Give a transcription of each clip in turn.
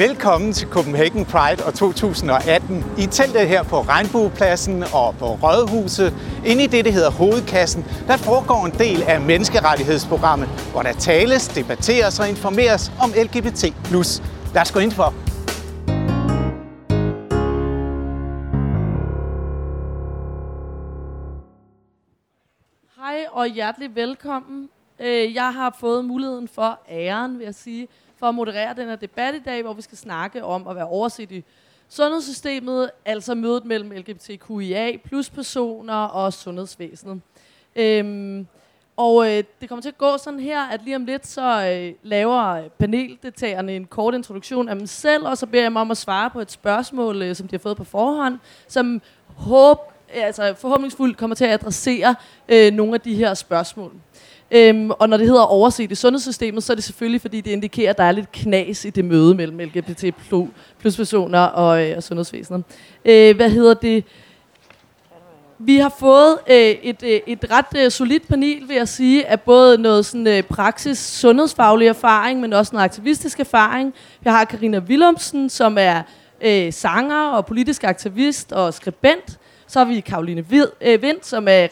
Velkommen til Copenhagen Pride år 2018. I teltet her på Regnbuepladsen og på Rådhuset, inde i det, der hedder Hovedkassen, der foregår en del af menneskerettighedsprogrammet, hvor der tales, debatteres og informeres om LGBT+. Lad os gå ind for. Hej og hjertelig velkommen. Jeg har fået muligheden for æren, vil jeg sige, for at moderere den her debat i dag, hvor vi skal snakke om at være overset i sundhedssystemet, altså mødet mellem LGBTQIA plus personer og sundhedsvæsenet. Det kommer til at gå sådan her, at lige om lidt så laver paneldeltagerne en kort introduktion af dem selv, og så beder jeg dem om at svare på et spørgsmål, som de har fået på forhånd, som forhåbningsfuldt kommer til at adressere nogle af de her spørgsmål. Og når det hedder overset i sundhedssystemet, så er det selvfølgelig, fordi det indikerer, at der er lidt knas i det møde mellem LGBT plus personer og sundhedsvæsenet. Vi har fået et ret solidt panel, vil jeg sige, af både noget sådan, praksis, sundhedsfaglig erfaring, men også noget aktivistisk erfaring. Vi har Carina Willumsen, som er sanger og politisk aktivist og skribent. Så har vi Caroline Vind, som er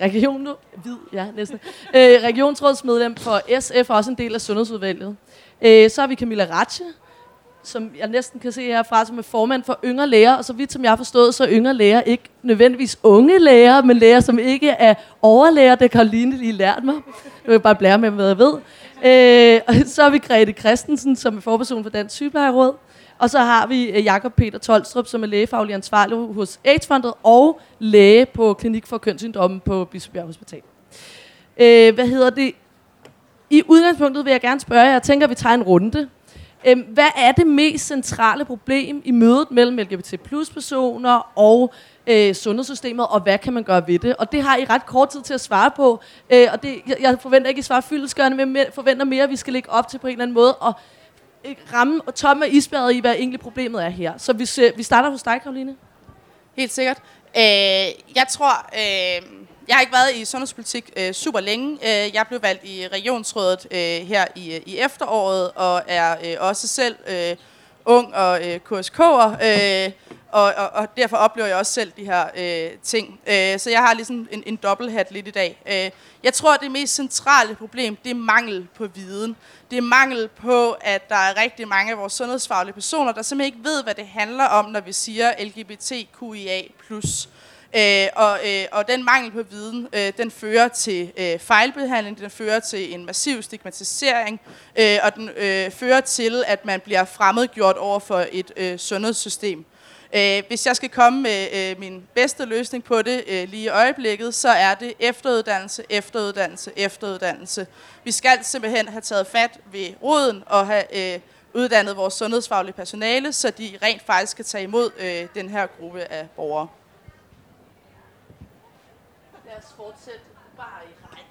regionsrådsmedlem for SF og også en del af Sundhedsudvalget. Så har vi Camilla Ratche, som jeg næsten kan se herfra, som er formand for Yngre Læger. Og så vidt som jeg har forstået, så er Yngre Læger ikke nødvendigvis unge læger, men læger, som ikke er overlæger. Det har Caroline lige lært mig. Nu vil jeg bare blære med, hvad jeg ved. Og så har vi Grete Christensen, som er forperson for Dansk Sygeplejeråd. Og så har vi Jakob Peter Tolstrup, som er lægefaglig ansvarlig hos AIDS-fondet og læge på Klinik for Kønssygdomme på Bispebjerg Hospital. I udgangspunktet vil jeg gerne spørge jer, jeg tænker, at vi tager en runde. Hvad er det mest centrale problem i mødet mellem LGBT plus personer og sundhedssystemet, og hvad kan man gøre ved det? Og det har I ret kort tid til at svare på. Jeg forventer ikke, at I svarer fyldestgørende, men jeg forventer mere, at vi skal lægge op til på en eller anden måde og ramme og tomme af isbjerget i, hvad egentlig problemet er her. Så vi starter hos dig, Caroline. Helt sikkert. Jeg tror, jeg har ikke været i sundhedspolitik super længe. Jeg blev valgt i regionsrådet her i efteråret, og er også selv ung og KSK'er, og derfor oplever jeg også selv de her ting. Så jeg har ligesom en dobbelthat lidt i dag. Jeg tror, at det mest centrale problem, det er mangel på viden. Det er mangel på, at der er rigtig mange af vores sundhedsfaglige personer, der simpelthen ikke ved, hvad det handler om, når vi siger LGBTQIA+. Og den mangel på viden, den fører til fejlbehandling, den fører til en massiv stigmatisering, og den fører til, at man bliver fremmedgjort over for et sundhedssystem. Hvis jeg skal komme med min bedste løsning på det lige i øjeblikket, så er det efteruddannelse. Vi skal simpelthen have taget fat ved roden og have uddannet vores sundhedsfaglige personale, så de rent faktisk kan tage imod den her gruppe af borgere. Lad os fortsætte bare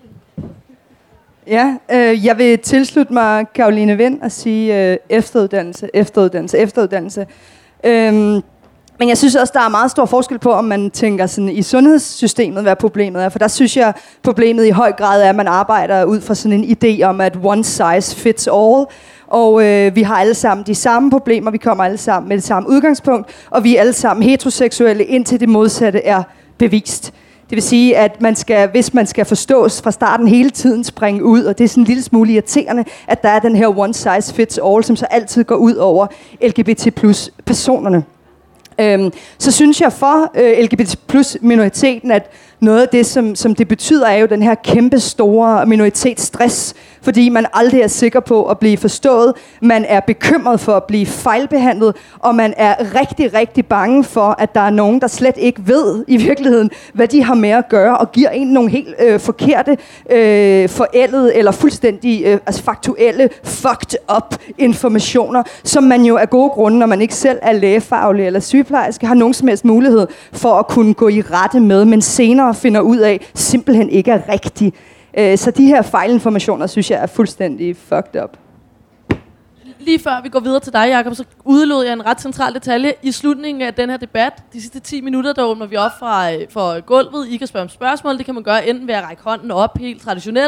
i rækken. Ja, jeg vil tilslutte mig Caroline Vind og sige efteruddannelse. Men jeg synes også, der er meget stor forskel på, om man tænker sådan i sundhedssystemet, hvad problemet er. For der synes jeg, problemet i høj grad er, at man arbejder ud fra sådan en idé om, at one size fits all. Og vi har alle sammen de samme problemer, vi kommer alle sammen med det samme udgangspunkt, og vi er alle sammen heteroseksuelle, indtil det modsatte er bevist. Det vil sige, at hvis man skal forstås fra starten hele tiden, springe ud, og det er sådan en lille smule irriterende, at der er den her one size fits all, som så altid går ud over LGBT plus personerne. Så synes jeg for LGBT plus minoriteten, at noget af det, som det betyder, er jo den her kæmpe store minoritetsstress, fordi man aldrig er sikker på at blive forstået, man er bekymret for at blive fejlbehandlet, og man er rigtig, rigtig bange for, at der er nogen, der slet ikke ved i virkeligheden, hvad de har med at gøre, og giver en nogle helt forkerte, forældede eller fuldstændig faktuelle, fucked up informationer, som man jo af gode grunde, når man ikke selv er lægefaglig eller sygeplejerske, har nogen som helst mulighed for at kunne gå i rette med, men senere finder ud af, simpelthen ikke er rigtigt. Så de her fejlinformationer, synes jeg, er fuldstændig fucked up. Lige før vi går videre til dig, Jacob, så udelod jeg en ret central detalje. I slutningen af den her debat, de sidste 10 minutter, der åbner vi op for gulvet. I kan spørge om spørgsmål. Det kan man gøre enten ved at række hånden op helt traditionelt,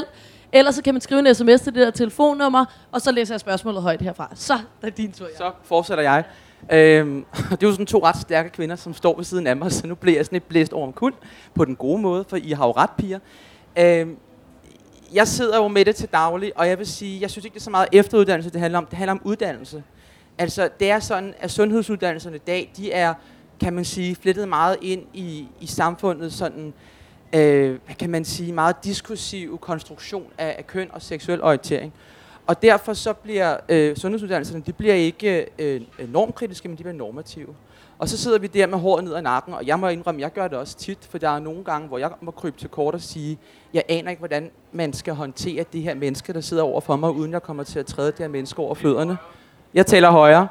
Ellers så kan man skrive en sms til det der telefonnummer, og så læser jeg spørgsmålet højt herfra. Så er det din tur. Så fortsætter jeg. Det er jo sådan 2 ret stærke kvinder, som står ved siden af mig, så nu bliver jeg sådan lidt blæst over en kul på den gode måde, for I har jo ret, piger. Jeg sidder jo med det til daglig, og jeg vil sige, jeg synes ikke, det er så meget efteruddannelse, det handler om. Det handler om uddannelse. Altså, det er sådan, at sundhedsuddannelserne i dag, de er, kan man sige, flettet meget ind i samfundet, sådan, hvad kan man sige, meget diskursiv konstruktion af køn og seksuel orientering. Og derfor så bliver sundhedsuddannelserne, de bliver ikke normkritiske, men de bliver normative. Og så sidder vi der med håret ned ad nakken, og jeg må indrømme, jeg gør det også tit, for der er nogle gange, hvor jeg må krybe til kort og sige, jeg aner ikke, hvordan man skal håndtere det her menneske, der sidder over for mig, uden jeg kommer til at træde det her menneske over fødderne. Jeg taler højere.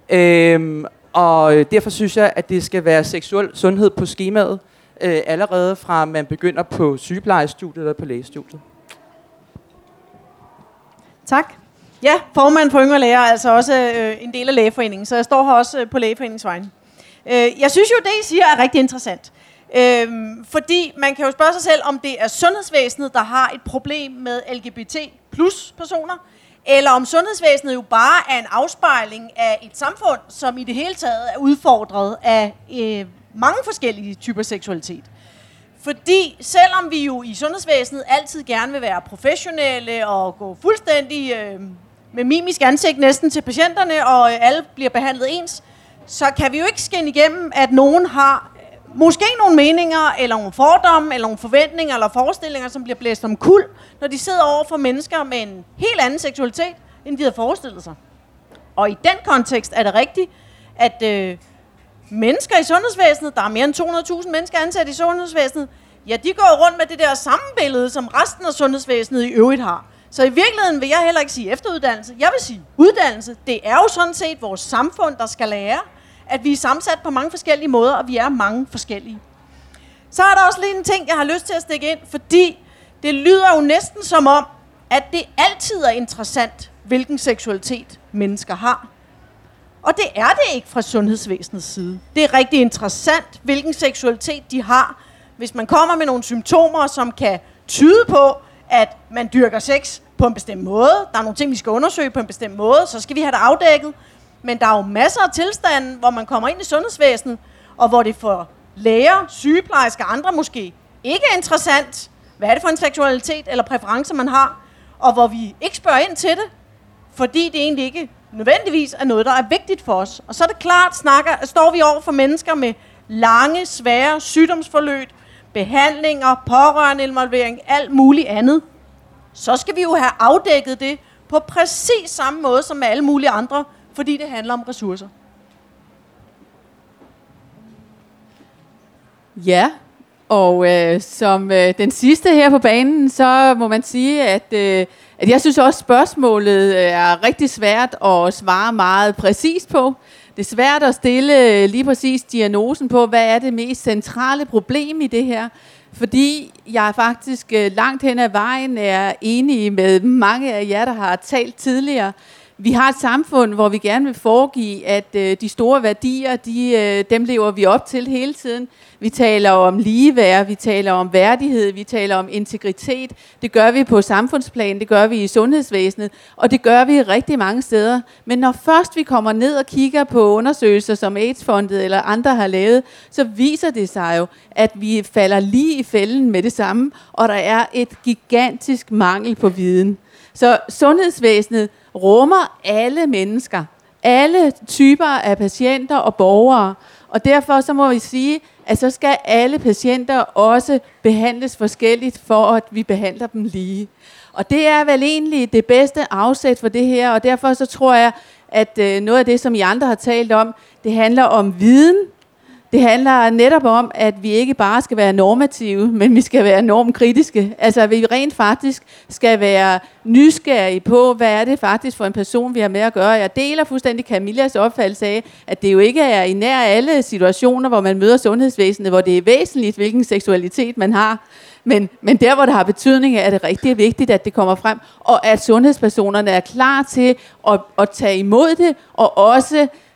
Og derfor synes jeg, at det skal være seksuel sundhed på skemaet, allerede fra man begynder på sygeplejestudiet eller på lægestudiet. Tak. Ja, formand for Yngre Læger er altså også en del af Lægeforeningen, så jeg står her også på Lægeforeningens vegne. Jeg synes jo, det I siger er rigtig interessant. Fordi man kan jo spørge sig selv, om det er sundhedsvæsenet, der har et problem med LGBT plus personer, eller om sundhedsvæsenet jo bare er en afspejling af et samfund, som i det hele taget er udfordret af mange forskellige typer seksualitet. Fordi selvom vi jo i sundhedsvæsenet altid gerne vil være professionelle og gå fuldstændig med mimisk ansigt næsten til patienterne, og alle bliver behandlet ens, så kan vi jo ikke skinne igennem, at nogen har måske nogle meninger, eller nogle fordomme, eller nogle forventninger, eller forestillinger, som bliver blæst om kul, når de sidder over for mennesker med en helt anden seksualitet, end de havde forestillet sig. Og i den kontekst er det rigtigt, at mennesker i sundhedsvæsenet, der er mere end 200.000 mennesker ansat i sundhedsvæsenet, ja, de går rundt med det der samme billede, som resten af sundhedsvæsenet i øvrigt har. Så i virkeligheden vil jeg heller ikke sige efteruddannelse. Jeg vil sige uddannelse. Det er jo sådan set vores samfund, der skal lære, at vi er sammensat på mange forskellige måder, og vi er mange forskellige. Så er der også lige en ting, jeg har lyst til at stikke ind, fordi det lyder jo næsten som om, at det altid er interessant, hvilken seksualitet mennesker har. Og det er det ikke fra sundhedsvæsenets side. Det er rigtig interessant, hvilken seksualitet de har, hvis man kommer med nogle symptomer, som kan tyde på, at man dyrker sex på en bestemt måde. Der er nogle ting, vi skal undersøge på en bestemt måde, så skal vi have det afdækket. Men der er jo masser af tilstande, hvor man kommer ind i sundhedsvæsenet, og hvor det for læger, sygeplejersker og andre måske ikke er interessant, hvad er det for en seksualitet eller præferencer, man har, og hvor vi ikke spørger ind til det, fordi det egentlig ikke nødvendigvis er noget, der er vigtigt for os. Og så er det klart, står vi over for mennesker med lange, svære sygdomsforløb, behandlinger, pårørende involvering, alt muligt andet. Så skal vi jo have afdækket det på præcis samme måde som med alle mulige andre, fordi det handler om ressourcer. Ja, og som den sidste her på banen, så må man sige, at jeg synes også, spørgsmålet er rigtig svært at svare meget præcist på. Det er svært at stille lige præcis diagnosen på, hvad er det mest centrale problem i det her. Fordi jeg faktisk langt hen ad vejen er enig med mange af jer, der har talt tidligere. Vi har et samfund, hvor vi gerne vil foregive, at de store værdier, dem lever vi op til hele tiden. Vi taler om ligeværd, vi taler om værdighed, vi taler om integritet. Det gør vi på samfundsplan, det gør vi i sundhedsvæsenet, og det gør vi rigtig mange steder. Men når først vi kommer ned og kigger på undersøgelser, som AIDS-fondet eller andre har lavet, så viser det sig jo, at vi falder lige i fælden med det samme, og der er et gigantisk mangel på viden. Så sundhedsvæsenet rummer alle mennesker, alle typer af patienter og borgere, og derfor så må vi sige, at så skal alle patienter også behandles forskelligt, for at vi behandler dem lige. Og det er vel egentlig det bedste afsæt for det her, og derfor så tror jeg, at noget af det, som I andre har talt om, det handler om viden. Det handler netop om, at vi ikke bare skal være normative, men vi skal være normkritiske. Altså, at vi rent faktisk skal være nysgerrige på, hvad er det faktisk for en person, vi har med at gøre. Jeg deler fuldstændig Camillas opfattelse af, at det jo ikke er i nær alle situationer, hvor man møder sundhedsvæsenet, hvor det er væsentligt, hvilken seksualitet man har. Men der, hvor det har betydning, er det rigtig vigtigt, at det kommer frem, og at sundhedspersonerne er klar til at tage imod det, og også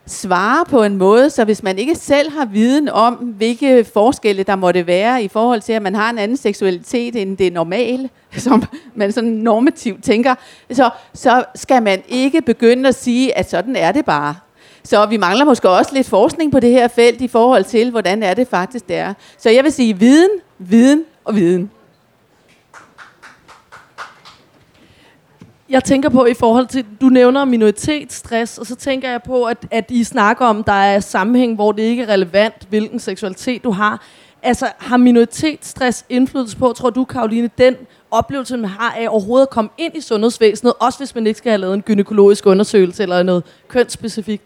svare på en måde, så hvis man ikke selv har viden om, hvilke forskelle der måtte være i forhold til, at man har en anden seksualitet end det normale, som man sådan normativt tænker, så skal man ikke begynde at sige, at sådan er det bare. Så vi mangler måske også lidt forskning på det her felt i forhold til, hvordan er det faktisk det er. Så jeg vil sige viden, viden og viden. Jeg tænker på i forhold til, du nævner minoritetsstress, og så tænker jeg på, at I snakker om, der er sammenhæng, hvor det ikke er relevant, hvilken seksualitet du har. Altså, har minoritetsstress indflydelse på, tror du, Caroline, den oplevelse, man har af overhovedet at komme ind i sundhedsvæsenet, også hvis man ikke skal have lavet en gynækologisk undersøgelse eller noget kønsspecifikt?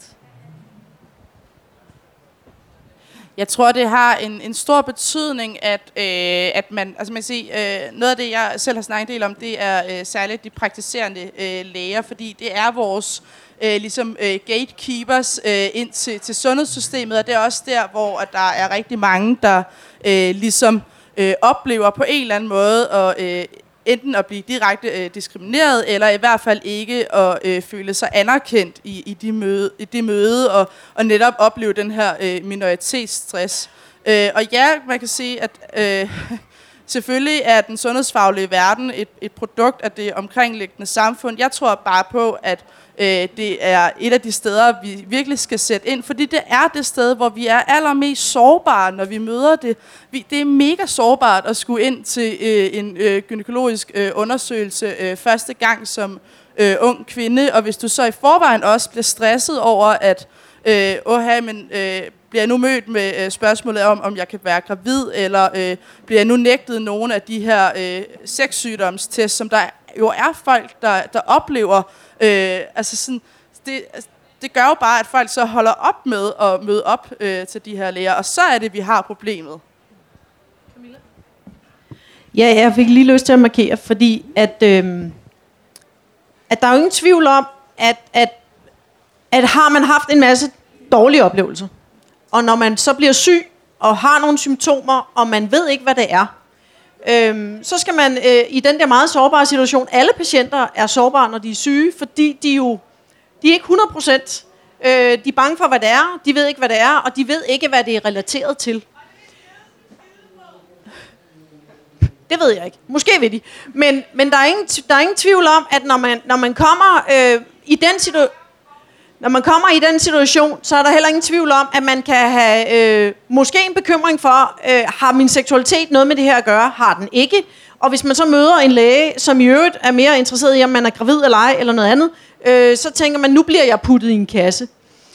Jeg tror, det har en stor betydning, at man, altså man kan sige, noget af det, jeg selv har snakket en del om, det er særligt de praktiserende læger, fordi det er vores gatekeepers ind til sundhedssystemet, og det er også der, hvor at der er rigtig mange, der oplever på en eller anden måde enten at blive direkte diskrimineret, eller i hvert fald ikke at føle sig anerkendt i det møde, og netop opleve den her minoritetsstress. Og ja, man kan sige, at selvfølgelig er den sundhedsfaglige verden et produkt af det omkringliggende samfund. Jeg tror bare på, at det er et af de steder, vi virkelig skal sætte ind, fordi det er det sted, hvor vi er allermest sårbare, når vi møder det. Det er mega sårbart at skulle ind til en gynækologisk undersøgelse første gang som ung kvinde, og hvis du så i forvejen også bliver stresset over, at bliver jeg nu mødt med spørgsmålet om jeg kan være gravid, eller bliver jeg nu nægtet nogle af de her sexsygdomstest, som der jo er folk, der oplever. Det gør jo bare, at folk så holder op med at møde op til de her læger, og så er det, vi har problemet. Camilla? Ja, jeg fik lige lyst til at markere, fordi at der er jo ingen tvivl om, at har man haft en masse dårlige oplevelser, og når man så bliver syg og har nogle symptomer, og man ved ikke, hvad det er, så skal man i den der meget sårbare situation, alle patienter er sårbare, når de er syge, fordi de er ikke 100%. De er bange for, hvad det er, de ved ikke, hvad det er, og de ved ikke, hvad det er relateret til. Det ved jeg ikke. Måske ved de. Men der er ingen tvivl om, at når man kommer i den situation, når man kommer i den situation, så er der heller ingen tvivl om, at man kan have måske en bekymring for, har min seksualitet noget med det her at gøre? Har den ikke? Og hvis man så møder en læge, som i øvrigt er mere interesseret i, om man er gravid eller ej, eller noget andet, så tænker man, nu bliver jeg puttet i en kasse.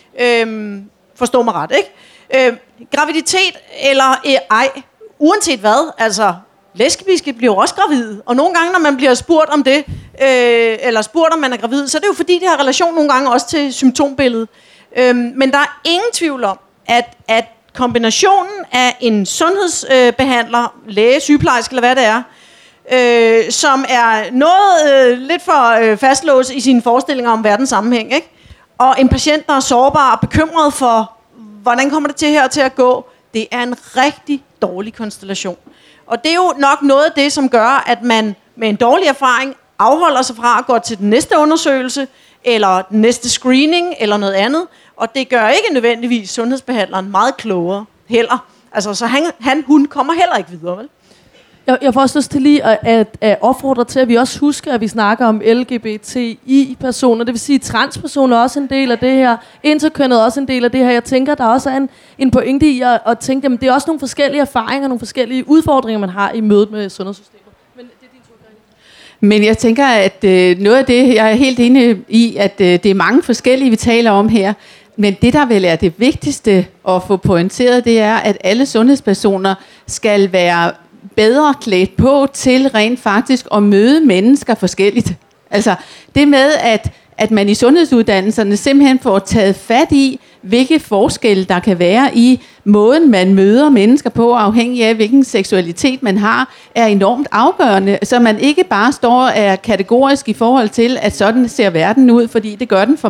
Forstå mig ret, ikke? Graviditet eller ej, uanset hvad, altså lesbiske bliver også gravide, og nogle gange, når man bliver spurgt om det, eller spurgt, om man er gravid, så er det jo fordi, det har relation nogle gange også til symptombilledet. Men der er ingen tvivl om, at kombinationen af en sundhedsbehandler, læge, sygeplejerske eller hvad det er, som er noget lidt for fastlåst i sine forestillinger om verdens sammenhæng, ikke? Og en patient, der er sårbar og bekymret for, hvordan kommer det til at gå, det er en rigtig dårlig konstellation. Og det er jo nok noget af det, som gør, at man med en dårlig erfaring afholder sig fra at gå til den næste undersøgelse, eller den næste screening, eller noget andet. Og det gør ikke nødvendigvis sundhedsbehandleren meget klogere heller. Altså, så hun kommer heller ikke videre, vel? Jeg får også lyst til lige at opfordre til, at vi også husker, at vi snakker om LGBTI-personer. Det vil sige, transpersoner er også en del af det her. Interkønnet er også en del af det her. Jeg tænker, der også er en pointe i at tænke, at det er også nogle forskellige erfaringer, nogle forskellige udfordringer, man har i mødet med sundhedssystemet. Men det er din tur, Grete. Men jeg tænker, at noget af det, jeg er helt enig i, at det er mange forskellige, vi taler om her. Men det, der vel er det vigtigste at få pointeret, det er, at alle sundhedspersoner skal være bedre klædt på til rent faktisk at møde mennesker forskelligt. Altså det med, at man i sundhedsuddannelserne simpelthen får taget fat i, hvilke forskelle der kan være i måden, man møder mennesker på, afhængig af, hvilken seksualitet man har, er enormt afgørende. Så man ikke bare står og er kategorisk i forhold til, at sådan ser verden ud, fordi det gør den for mig.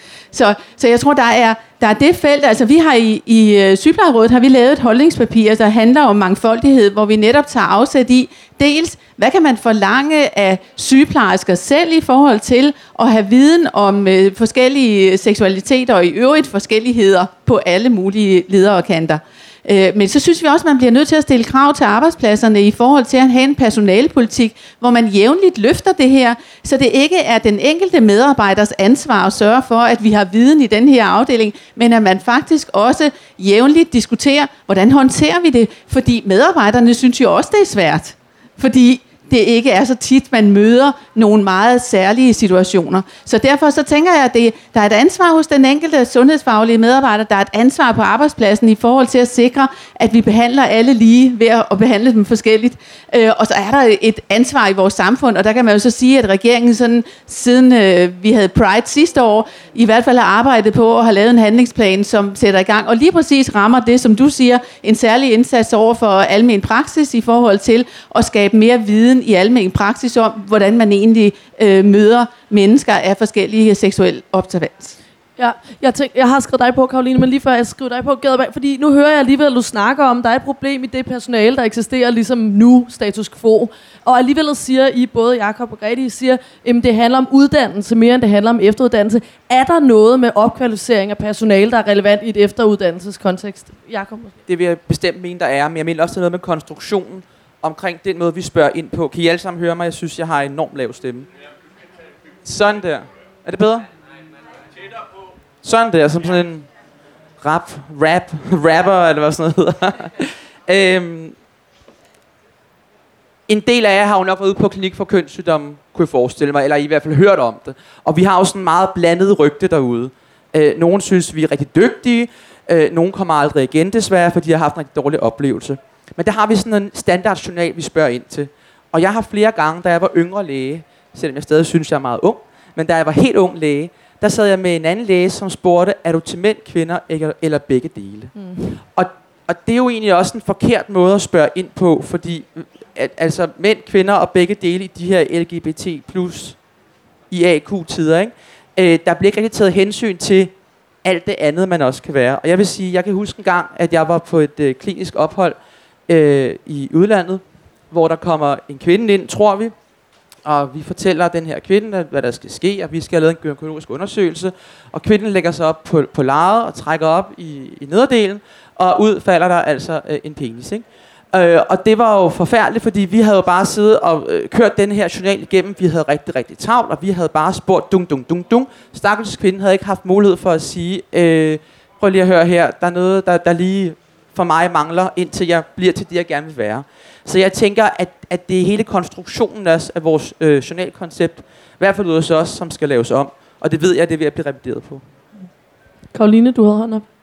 Så jeg tror, der er det felt. Altså vi har i Sygeplejerådet har vi lavet et holdningspapir, der handler om mangfoldighed, hvor vi netop tager afsæt i, dels hvad kan man forlange af sygeplejersker selv i forhold til at have viden om forskellige seksualiteter og i øvrigt forskelligheder på alle mulige ledere og kanter. Men så synes vi også, at man bliver nødt til at stille krav til arbejdspladserne i forhold til at have en personalepolitik, hvor man jævnligt løfter det her, så det ikke er den enkelte medarbejders ansvar at sørge for, at vi har viden i den her afdeling, men at man faktisk også jævnligt diskuterer, hvordan håndterer vi det, fordi medarbejderne synes jo også, det er svært. Fordi det ikke er så tit, man møder nogle meget særlige situationer. Så derfor så tænker jeg, at der er et ansvar hos den enkelte sundhedsfaglige medarbejder, der er et ansvar på arbejdspladsen i forhold til at sikre, at vi behandler alle lige ved at behandle dem forskelligt. Og så er der et ansvar i vores samfund, og der kan man jo så sige, at regeringen sådan, siden vi havde Pride sidste år, i hvert fald har arbejdet på at have lavet en handlingsplan, som sætter i gang, og lige præcis rammer det, som du siger, en særlig indsats over for almen praksis i forhold til at skabe mere viden i almen praksis om, hvordan man egentlig møder mennesker af forskellige seksuelle observans. Ja, jeg har skrevet dig på, Karoline, men lige før jeg skriver dig på, fordi nu hører jeg alligevel, at du snakker om, at der er et problem i det personale, der eksisterer ligesom nu, status quo. Og alligevel siger I, både Jakob og Grete, I siger, at det handler om uddannelse mere, end det handler om efteruddannelse. Er der noget med opkvalificering af personale, der er relevant i et efteruddannelseskontekst? Jakob? Det vil jeg bestemt mene, der er, men jeg mener også noget med konstruktionen omkring den måde, vi spørger ind på. Kan I alle sammen høre mig? Jeg synes, jeg har en enormt lav stemme. Sådan der. Er det bedre? Sådan der, som sådan en rapper, eller hvad sådan noget hedder. En del af jer har jo nok været ude på klinik for kønssygdomme, kunne jeg forestille mig, eller I hvert fald hørt om det. Og vi har jo sådan meget blandet rygte derude. Nogle synes, vi er rigtig dygtige. Nogle kommer aldrig igen, desværre, fordi de har haft en rigtig dårlig oplevelse. Men der har vi sådan en standardjournal, vi spørger ind til. Og jeg har flere gange, da jeg var yngre læge, selvom jeg stadig synes, jeg er meget ung, men da jeg var helt ung læge, der sad jeg med en anden læge, som spurgte, er du til mænd, kvinder eller begge dele? Mm. Og det er jo egentlig også en forkert måde at spørge ind på, fordi altså mænd, kvinder og begge dele i de her LGBT plus IAQ-tider, ikke? Der bliver ikke rigtig taget hensyn til alt det andet, man også kan være. Og jeg vil sige, jeg kan huske en gang, at jeg var på et klinisk ophold i udlandet, hvor der kommer en kvinde ind, tror vi, og vi fortæller den her kvinde, hvad der skal ske, og vi skal have lavet en gynækologisk undersøgelse, og kvinden lægger sig op på lejet og trækker op i nederdelen, og ud falder der altså en penis, ikke? Og det var jo forfærdeligt, fordi vi havde jo bare siddet og kørt den her journal igennem. Vi havde rigtig, rigtig travlt, og vi havde bare spurgt dung. Stakkels kvinde havde ikke haft mulighed for at sige, prøv lige at høre her, der er noget, der lige for mig mangler, indtil jeg bliver til det, jeg gerne vil være. Så jeg tænker, at det er hele konstruktionen af vores journalkoncept, i hvert fald hos os, som skal laves om. Og det ved jeg, det er ved at blive revideret på. Karoline, du havde hånden op.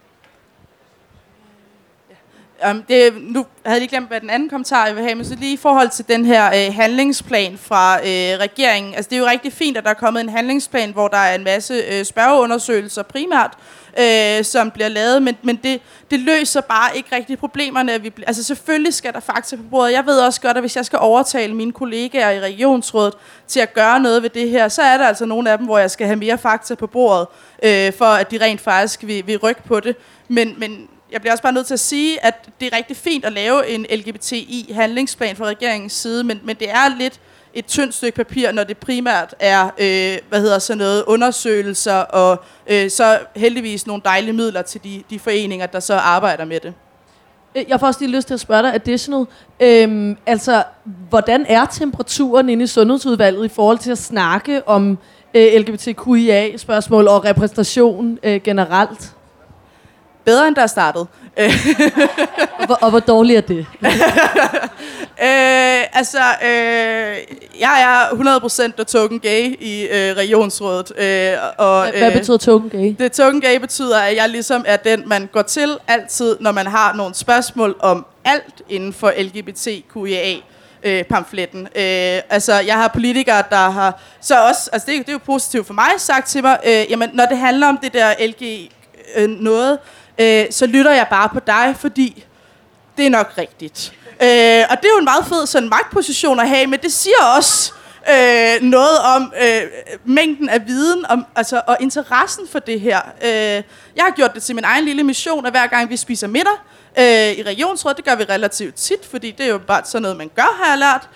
Nu havde jeg lige glemt, hvad den anden kommentar jeg vil have, men så lige i forhold til den her handlingsplan fra regeringen. Altså det er jo rigtig fint, at der er kommet en handlingsplan, hvor der er en masse spørgeundersøgelser primært, som bliver lavet, men det løser bare ikke rigtig problemerne. Altså selvfølgelig skal der fakta på bordet. Jeg ved også godt, at hvis jeg skal overtale mine kollegaer i regionsrådet til at gøre noget ved det her, så er der altså nogle af dem, hvor jeg skal have mere fakta på bordet, for at de rent faktisk vil rykke på det. Men jeg bliver også bare nødt til at sige, at det er rigtig fint at lave en LGBTI-handlingsplan fra regeringens side, men det er lidt et tyndt stykke papir, når det primært er undersøgelser og så heldigvis nogle dejlige midler til de foreninger, der så arbejder med det. Jeg får også lige lyst til at spørge dig additional. Hvordan er temperaturen inde i Sundhedsudvalget i forhold til at snakke om LGBTQIA-spørgsmål og repræsentation generelt? Bedre end der er startet. Og hvor dårligt er det? Jeg er 100% der token gay i regionsrådet. Hvad betyder token gay? Det token gay betyder, at jeg ligesom er den, man går til altid, når man har nogle spørgsmål om alt inden for LGBTQIA. Pamfletten. Jeg har politikere, der har så også, altså det er jo positivt for mig, sagt til mig, jamen når det handler om det der LG noget, så lytter jeg bare på dig, fordi det er nok rigtigt. Og det er jo en meget fed sådan magtposition at have, men det siger også noget om mængden af viden og interessen for det her. Jeg har gjort det til min egen lille mission, at hver gang vi spiser middag i regionsrådet, det gør vi relativt tit, fordi det er jo bare sådan noget, man gør, har jeg lært,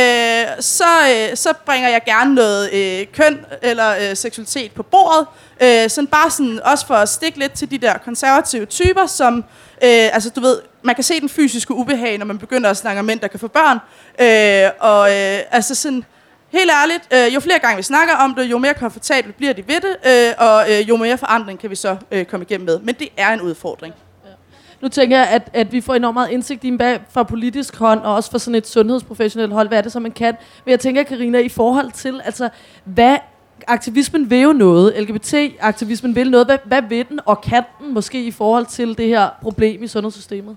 så bringer jeg gerne noget køn eller seksualitet på bordet. Sådan bare sådan, også for at stikke lidt til de der konservative typer, som, altså du ved, man kan se den fysiske ubehag, når man begynder at snakke om mænd, der kan få børn. Altså sådan, helt ærligt, jo flere gange vi snakker om det, jo mere komfortabelt bliver de ved det, og jo mere forandring kan vi så komme igennem med. Men det er en udfordring. Nu tænker jeg, at vi får enormt meget indsigt i fra politisk hånd, og også fra sådan et sundhedsprofessionelt hold, hvad er det, som man kan. Men jeg tænker, Karina, i forhold til, altså, hvad aktivismen vil jo noget, LGBT-aktivismen vil noget, hvad vil den, og kan den måske i forhold til det her problem i sundhedssystemet?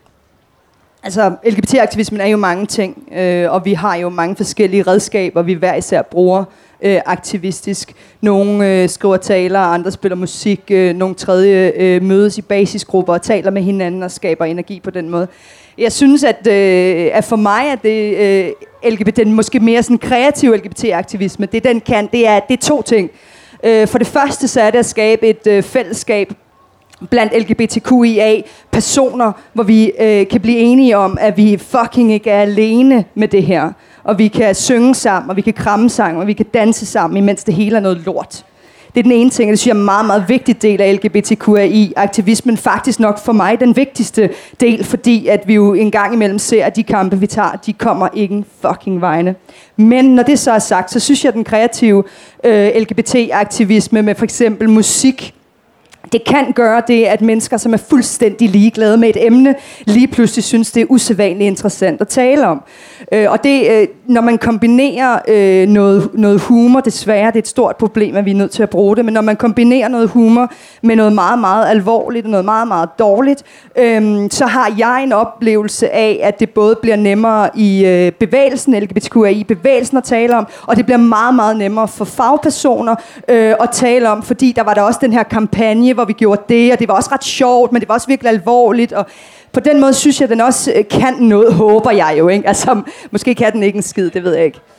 Altså, LGBT-aktivismen er jo mange ting, og vi har jo mange forskellige redskaber, vi hver især bruger aktivistisk. Nogle skriver taler, andre spiller musik, nogle tredje mødes i basisgrupper og taler med hinanden og skaber energi på den måde. Jeg synes, at for mig er det den måske mere sådan kreative LGBT-aktivisme. Det er 2 ting. For det første så er det at skabe et fællesskab blandt LGBTQIA-personer, hvor vi kan blive enige om, at vi fucking ikke er alene med det her. Og vi kan synge sammen, og vi kan kramme sammen, og vi kan danse sammen, imens det hele er noget lort. Det er den ene ting, og det synes jeg er en meget, meget vigtig del af LGBTQI-aktivismen. Faktisk nok for mig den vigtigste del, fordi at vi jo en gang imellem ser, at de kampe, vi tager, de kommer ikke fucking vegne. Men når det så er sagt, så synes jeg, at den kreative LGBT-aktivisme med for eksempel musik, det kan gøre det, at mennesker, som er fuldstændig ligeglade med et emne, lige pludselig synes, det er usædvanligt interessant at tale om. Og det, når man kombinerer noget humor, desværre, det er et stort problem, at vi er nødt til at bruge det, men når man kombinerer noget humor med noget meget, meget alvorligt og noget meget, meget dårligt, så har jeg en oplevelse af, at det både bliver nemmere i bevægelsen, LGBTQI-bevægelsen at tale om, og det bliver meget, meget nemmere for fagpersoner at tale om, fordi der var der også den her kampagne, hvor vi gjorde det, og det var også ret sjovt, men det var også virkelig alvorligt, og på den måde synes jeg, at den også kan noget, håber jeg jo, ikke? Altså, måske kan den ikke en skid, det ved jeg ikke.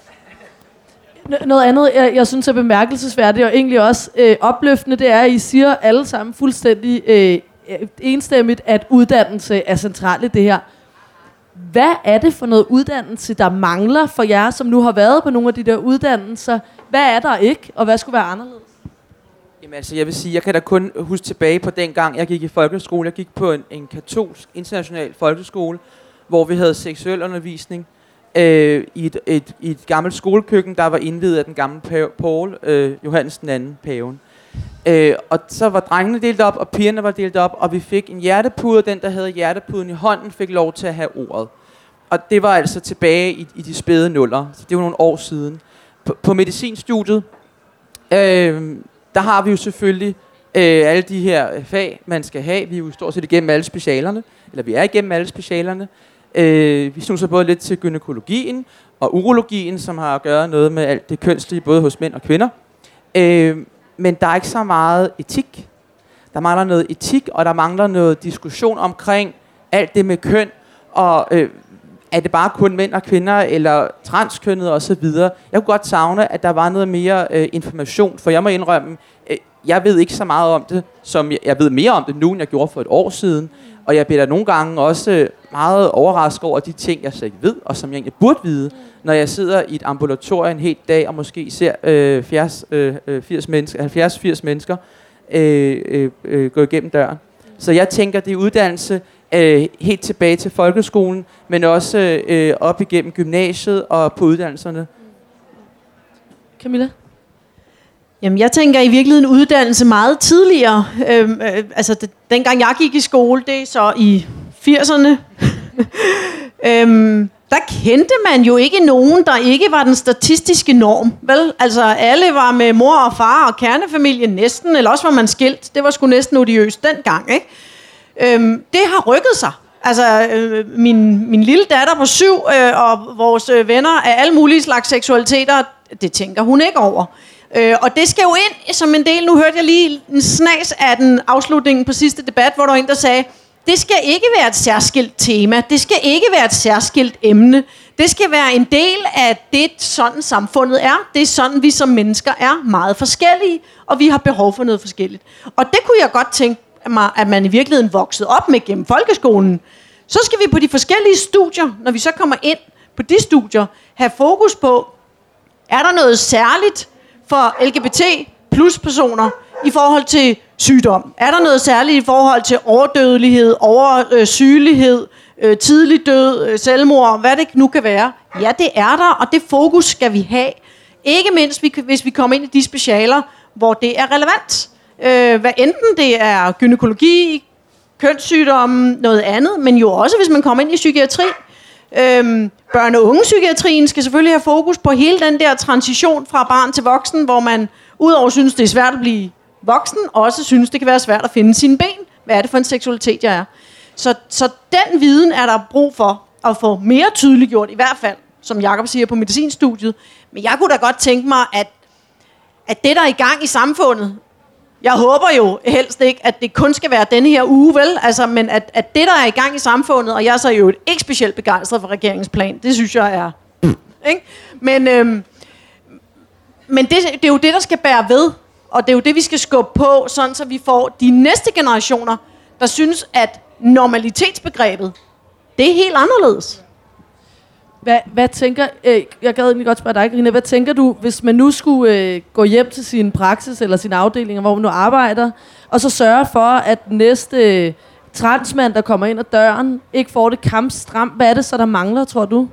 Noget andet, jeg synes er bemærkelsesværdigt, og egentlig også opløftende, det er, at I siger alle sammen fuldstændig enstemmigt, at uddannelse er centralt i det her. Hvad er det for noget uddannelse, der mangler for jer, som nu har været på nogle af de der uddannelser? Hvad er der ikke, og hvad skulle være anderledes? Jamen altså, jeg vil sige, jeg kan da kun huske tilbage på den gang, jeg gik i folkeskole. Jeg gik på en katolsk international folkeskole, hvor vi havde seksuel undervisning i et gammelt skolekøkken, der var indviet af den gamle Paul Johannes den anden, paven. Og så var drengene delt op, og pigerne var delt op, og vi fik en hjertepude, den der havde hjertepuden i hånden, fik lov til at have ordet. Og det var altså tilbage i de spæde nuller, så det var nogle år siden. På medicinstudiet, der har vi jo selvfølgelig alle de her fag, man skal have. Vi er jo stort set igennem alle specialerne, eller vi er igennem alle specialerne. Vi snuser både lidt til gynekologien og urologien, som har at gøre noget med alt det kønslige, både hos mænd og kvinder. Men der er ikke så meget etik. Der mangler noget etik, og der mangler noget diskussion omkring alt det med køn, og er det bare kun mænd og kvinder, eller transkønnet og så videre. Jeg kunne godt savne, at der var noget mere information, for jeg må indrømme, jeg ved ikke så meget om det, som jeg ved mere om det nu, end jeg gjorde for et år siden. Og jeg bliver da nogle gange også meget overrasket over de ting, jeg så ikke ved, og som jeg egentlig burde vide, når jeg sidder i et ambulatorium en hel dag, og måske ser 70-80 mennesker gå igennem døren. Så jeg tænker, det er uddannelse helt tilbage til folkeskolen, men også op igennem gymnasiet og på uddannelserne. Camilla? Jamen, jeg tænker i virkeligheden uddannelse meget tidligere. Altså, dengang jeg gik i skole, det er så i 80'erne, der kendte man jo ikke nogen, der ikke var den statistiske norm, vel? Altså, alle var med mor og far og kernefamilie næsten, eller også var man skilt. Det var sgu næsten odiøst dengang, ikke? Det har rykket sig. Altså, min lille datter på 7, og vores venner af alle mulige slags seksualiteter, det tænker hun ikke over. Og det skal jo ind som en del. Nu hørte jeg lige en snas af den afslutningen på sidste debat, hvor der var en, der sagde, Det skal ikke være et særskilt tema. Det skal ikke være et særskilt emne. Det skal være en del af det, sådan samfundet er. Det er sådan, vi som mennesker er meget forskellige, og vi har behov for noget forskelligt. Og det kunne jeg godt tænke mig, at man i virkeligheden voksede op med gennem folkeskolen. Så skal vi på de forskellige studier, når vi så kommer ind på de studier, have fokus på, er der noget særligt for LGBT plus personer i forhold til sygdom? Er der noget særligt i forhold til overdødelighed, oversygelighed, tidlig død, selvmord, hvad det nu kan være? Ja, det er der, og det fokus skal vi have. Ikke mindst, hvis vi kommer ind i de specialer, hvor det er relevant. Hvad enten det er gynækologi, kønssygdomme, noget andet, men jo også, hvis man kommer ind i psykiatri. Børne- og ungepsykiatrien skal selvfølgelig have fokus på hele den der transition fra barn til voksen, hvor man udover synes, det er svært at blive voksen, også synes, det kan være svært at finde sine ben. Hvad er det for en seksualitet, jeg er? Så den viden er der brug for at få mere tydeliggjort, i hvert fald, som Jakob siger, på medicinstudiet. Men jeg kunne da godt tænke mig, at det, der er i gang i samfundet, jeg håber jo helst ikke, at det kun skal være denne her uge, vel? Altså, men at det, der er i gang i samfundet, og jeg er så jo ikke specielt begejstret for regeringens plan, det synes jeg er... Ikke? Men det er jo det, der skal bære ved, og det er jo det, vi skal skubbe på, sådan så vi får de næste generationer, der synes, at normalitetsbegrebet, det er helt anderledes. Hvad tænker... jeg gad egentlig godt spørge dig, Karina. Hvad tænker du, hvis man nu skulle gå hjem til sin praksis eller sin afdeling, hvor man nu arbejder, og så sørge for, at næste transmand, der kommer ind ad døren, ikke får det kampstramt? Hvad er det så, der mangler, tror du?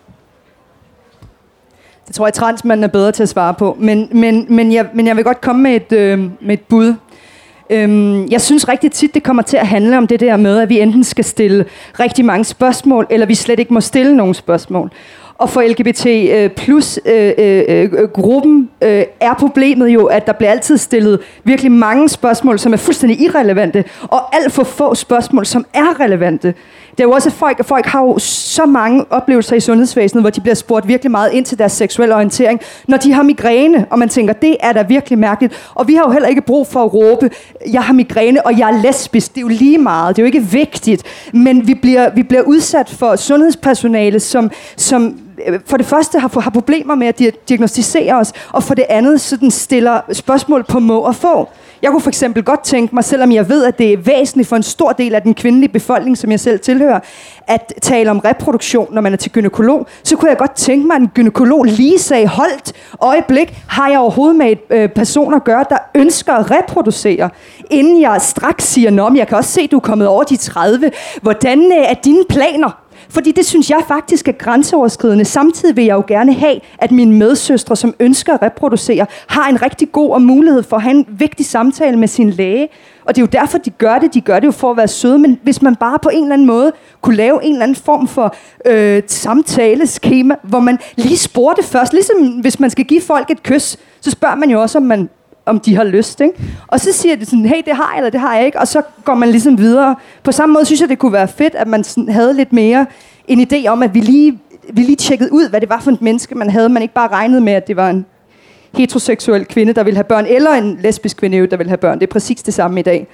Det tror jeg, transmanden er bedre til at svare på. Men jeg vil godt komme med et bud. Jeg synes rigtig tit, det kommer til at handle om det der med, at vi enten skal stille rigtig mange spørgsmål, eller vi slet ikke må stille nogen spørgsmål. Og for LGBT plus gruppen er problemet jo, at der bliver altid stillet virkelig mange spørgsmål, som er fuldstændig irrelevante, og alt for få spørgsmål, som er relevante. Det er jo også, at folk har jo så mange oplevelser i sundhedsvæsenet, hvor de bliver spurgt virkelig meget ind til deres seksuelle orientering, når de har migræne, og man tænker, det er da virkelig mærkeligt. Og vi har jo heller ikke brug for at råbe, jeg har migræne, og jeg er lesbisk. Det er jo lige meget, det er jo ikke vigtigt. Men vi bliver udsat for sundhedspersonale, som for det første har problemer med at diagnostisere os, og for det andet sådan stiller spørgsmål på må og få. Jeg kunne for eksempel godt tænke mig, selvom jeg ved, at det er væsentligt for en stor del af den kvindelige befolkning, som jeg selv tilhører, at tale om reproduktion, når man er til gynækolog, så kunne jeg godt tænke mig, at en gynækolog lige sagde, holdt øjeblik, har jeg overhovedet med et person at gøre, der ønsker at reproducere, inden jeg straks siger, nå, jeg kan også se, at du er kommet over de 30. Hvordan er dine planer? Fordi det synes jeg faktisk er grænseoverskridende. Samtidig vil jeg jo gerne have, at mine medsøstre, som ønsker at reproducere, har en rigtig god og mulighed for at have en vigtig samtale med sin læge. Og det er jo derfor, de gør det. De gør det jo for at være søde. Men hvis man bare på en eller anden måde kunne lave en eller anden form for samtaleskema, hvor man lige spurgte først. Ligesom hvis man skal give folk et kys, så spørger man jo også, om de har lyst, ikke? Og så siger de sådan, hey, det har jeg, eller det har jeg ikke, og så går man ligesom videre. På samme måde synes jeg, det kunne være fedt, at man sådan havde lidt mere en idé om, at vi lige tjekkede ud, hvad det var for et menneske, man havde. Man ikke bare regnede med, at det var en heteroseksuel kvinde, der ville have børn, eller en lesbisk kvinde, der ville have børn. Det er præcis det samme i dag.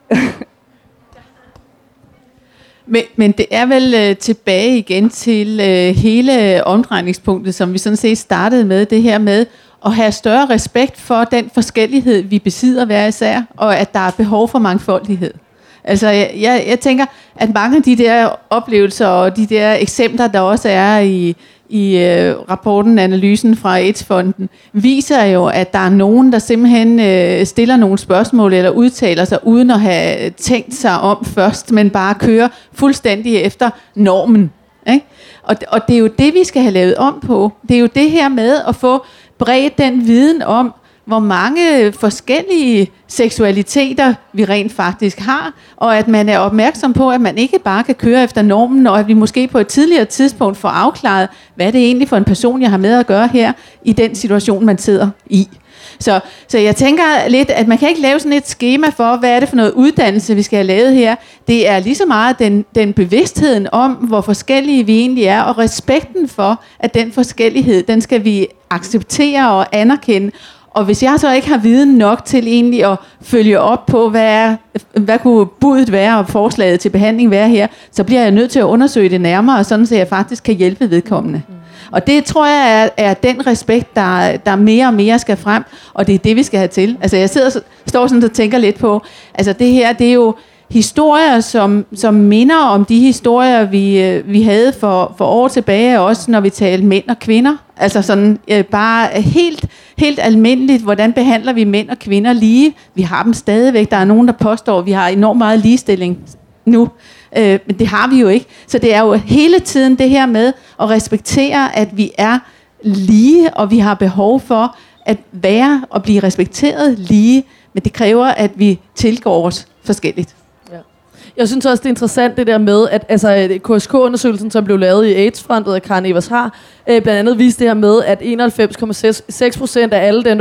Men det er vel tilbage igen til hele omdrejningspunktet, som vi sådan set startede med, det her med at have større respekt for den forskellighed, vi besidder hver især, og at der er behov for mangfoldighed. Altså, jeg tænker, at mange af de der oplevelser og de der eksempler, der også er i rapporten, analysen fra AIDS-fonden, viser jo, at der er nogen, der simpelthen stiller nogle spørgsmål eller udtaler sig, uden at have tænkt sig om først, men bare kører fuldstændig efter normen. Ikke? Og det er jo det, vi skal have lavet om på. Det er jo det her med at få bredt den viden om, hvor mange forskellige seksualiteter vi rent faktisk har, og at man er opmærksom på, at man ikke bare kan køre efter normen, og at vi måske på et tidligere tidspunkt får afklaret, hvad er det egentlig for en person, jeg har med at gøre her, i den situation, man sidder i. Så jeg tænker lidt, at man kan ikke lave sådan et skema for, hvad er det for noget uddannelse, vi skal have lavet her. Det er lige så meget den bevidstheden om, hvor forskellige vi egentlig er, og respekten for, at den forskellighed, den skal vi acceptere og anerkende, Og hvis jeg så ikke har viden nok til egentlig at følge op på, hvad kunne budet være og forslaget til behandling være her, så bliver jeg nødt til at undersøge det nærmere, sådan så jeg faktisk kan hjælpe vedkommende. Og det tror jeg er den respekt, der mere og mere skal frem, og det er det, vi skal have til. Altså jeg står sådan og tænker lidt på, altså det her, det er jo historier, som minder om de historier, vi havde for år tilbage, også når vi talte mænd og kvinder. Altså sådan bare helt almindeligt, hvordan behandler vi mænd og kvinder lige? Vi har dem stadigvæk. Der er nogen, der påstår, at vi har enormt meget ligestilling nu. Men det har vi jo ikke. Så det er jo hele tiden det her med at respektere, at vi er lige, og vi har behov for at være og blive respekteret lige. Men det kræver, at vi tilgår os forskelligt. Jeg synes også, det er interessant det der med, at altså, KSK-undersøgelsen, som blev lavet i AIDS-frontet af Karen Evers har, blandt andet viste det her med, at 91,6% af alle dem,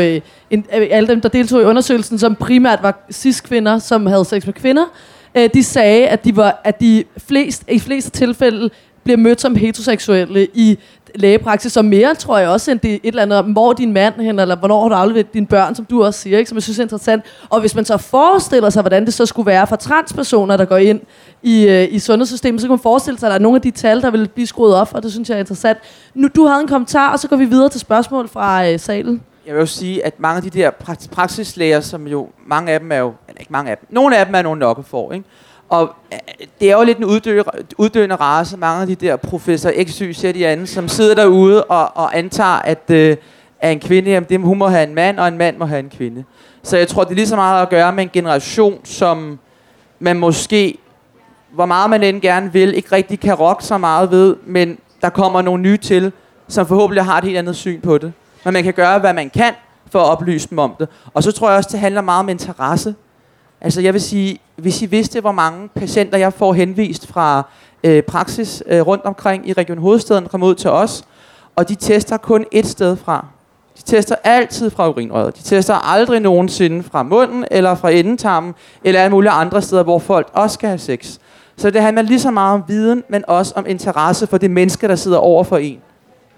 der deltog i undersøgelsen, som primært var cis-kvinder, som havde sex med kvinder, de sagde, at de i fleste tilfælde bliver mødt som heteroseksuelle i lægepraksis, som mere, tror jeg også, end det et eller andet, hvor din mand hen, eller hvornår har du afleveret dine børn, som du også siger, ikke? Som jeg synes er interessant. Og hvis man så forestiller sig, hvordan det så skulle være for transpersoner, der går ind i sundhedssystemet, så kan man forestille sig, at der er nogle af de tal, der vil blive skruet op, og det synes jeg er interessant. Nu, du havde en kommentar, og så går vi videre til spørgsmål fra salen. Jeg vil jo sige, at mange af de der praksislæger, som jo, mange af dem er jo, eller ikke mange af dem, nogle af dem er nogle lokkefor, ikke? Og det er jo lidt en uddøende race, mange af de der professor XY, siger de andre, som sidder derude og antager, at en kvinde, jamen, hun må have en mand, og en mand må have en kvinde. Så jeg tror, det er lige så meget at gøre med en generation, som man måske, hvor meget man end gerne vil, ikke rigtig kan rokke så meget ved, men der kommer nogle nye til, som forhåbentlig har et helt andet syn på det. Men man kan gøre, hvad man kan for at oplyse dem om det. Og så tror jeg også, det handler meget om interesse. Altså jeg vil sige, hvis I vidste, hvor mange patienter jeg får henvist fra praksis rundt omkring i Region Hovedstaden, kommer ud til os, og de tester kun ét sted fra. De tester altid fra urinrøret. De tester aldrig nogensinde fra munden, eller fra endetarmen, eller alle mulige andre steder, hvor folk også skal have sex. Så det handler lige så meget om viden, men også om interesse for det menneske, der sidder over for en.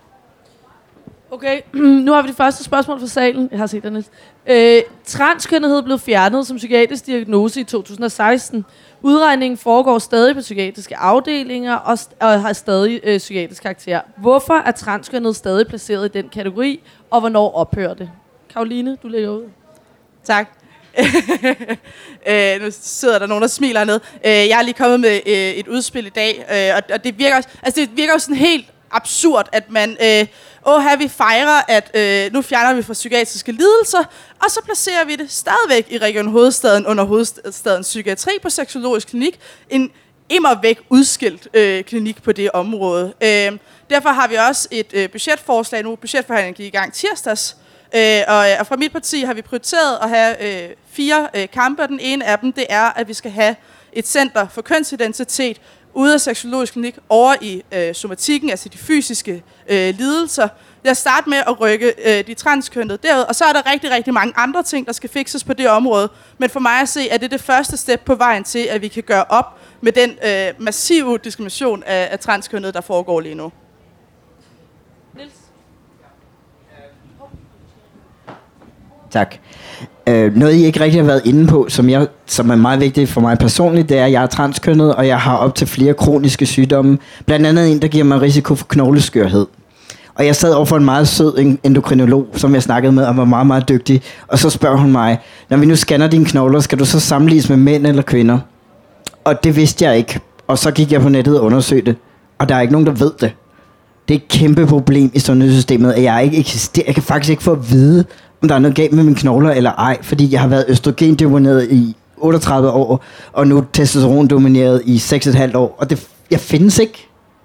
Okay, nu har vi det første spørgsmål fra salen. Jeg har set det, Niels. Transkønnethed blev fjernet som psykiatrisk diagnose i 2016. Udregningen foregår stadig på psykiatriske afdelinger og har stadig psykiatrisk karakter. Hvorfor er transkønnethed stadig placeret i den kategori, og hvornår ophører det? Caroline, du lægger ud. Tak. Nu sidder der nogen, der smiler ned. Jeg er lige kommet med et udspil i dag, og det virker jo sådan helt absurd, at man vi fejrer, at nu fjerner vi fra psykiatriske lidelser, og så placerer vi det stadigvæk i Region Hovedstaden under Hovedstadens Psykiatri på Sexologisk Klinik. En immervæk udskilt klinik på det område. Derfor har vi også et budgetforslag nu. Budgetforhandlingen gik i gang tirsdags. Og fra mit parti har vi prioriteret at have 4 kampe. Den ene af dem, det er, at vi skal have et center for kønsidentitet ude af Sexologisk Klinik over i somatikken, altså de fysiske lidelser. Jeg starter med at rykke de transkønnede derud, og så er der rigtig, rigtig mange andre ting, der skal fikses på det område. Men for mig at se, er det første step på vejen til, at vi kan gøre op med den massive diskrimination af transkønnede, der foregår lige nu. Niels? Tak. Noget, I ikke rigtig har været inde på, som er meget vigtigt for mig personligt, det er, at jeg er transkønnet, og jeg har op til flere kroniske sygdomme. Blandt andet en, der giver mig risiko for knogleskørhed. Og jeg sad over for en meget sød endokrinolog, som jeg snakkede med, og var meget, meget dygtig. Og så spørger hun mig, når vi nu scanner dine knogler, skal du så sammenlignes med mænd eller kvinder? Og det vidste jeg ikke. Og så gik jeg på nettet og undersøgte det. Og der er ikke nogen, der ved det. Det er et kæmpe problem i sundhedssystemet, at jeg ikke eksisterer. Jeg kan faktisk ikke få at vide, om der er noget galt med mine knogler eller ej, fordi jeg har været østrogendomineret i 38 år, og nu testosterondomineret i 6,5 år, og jeg findes ikke.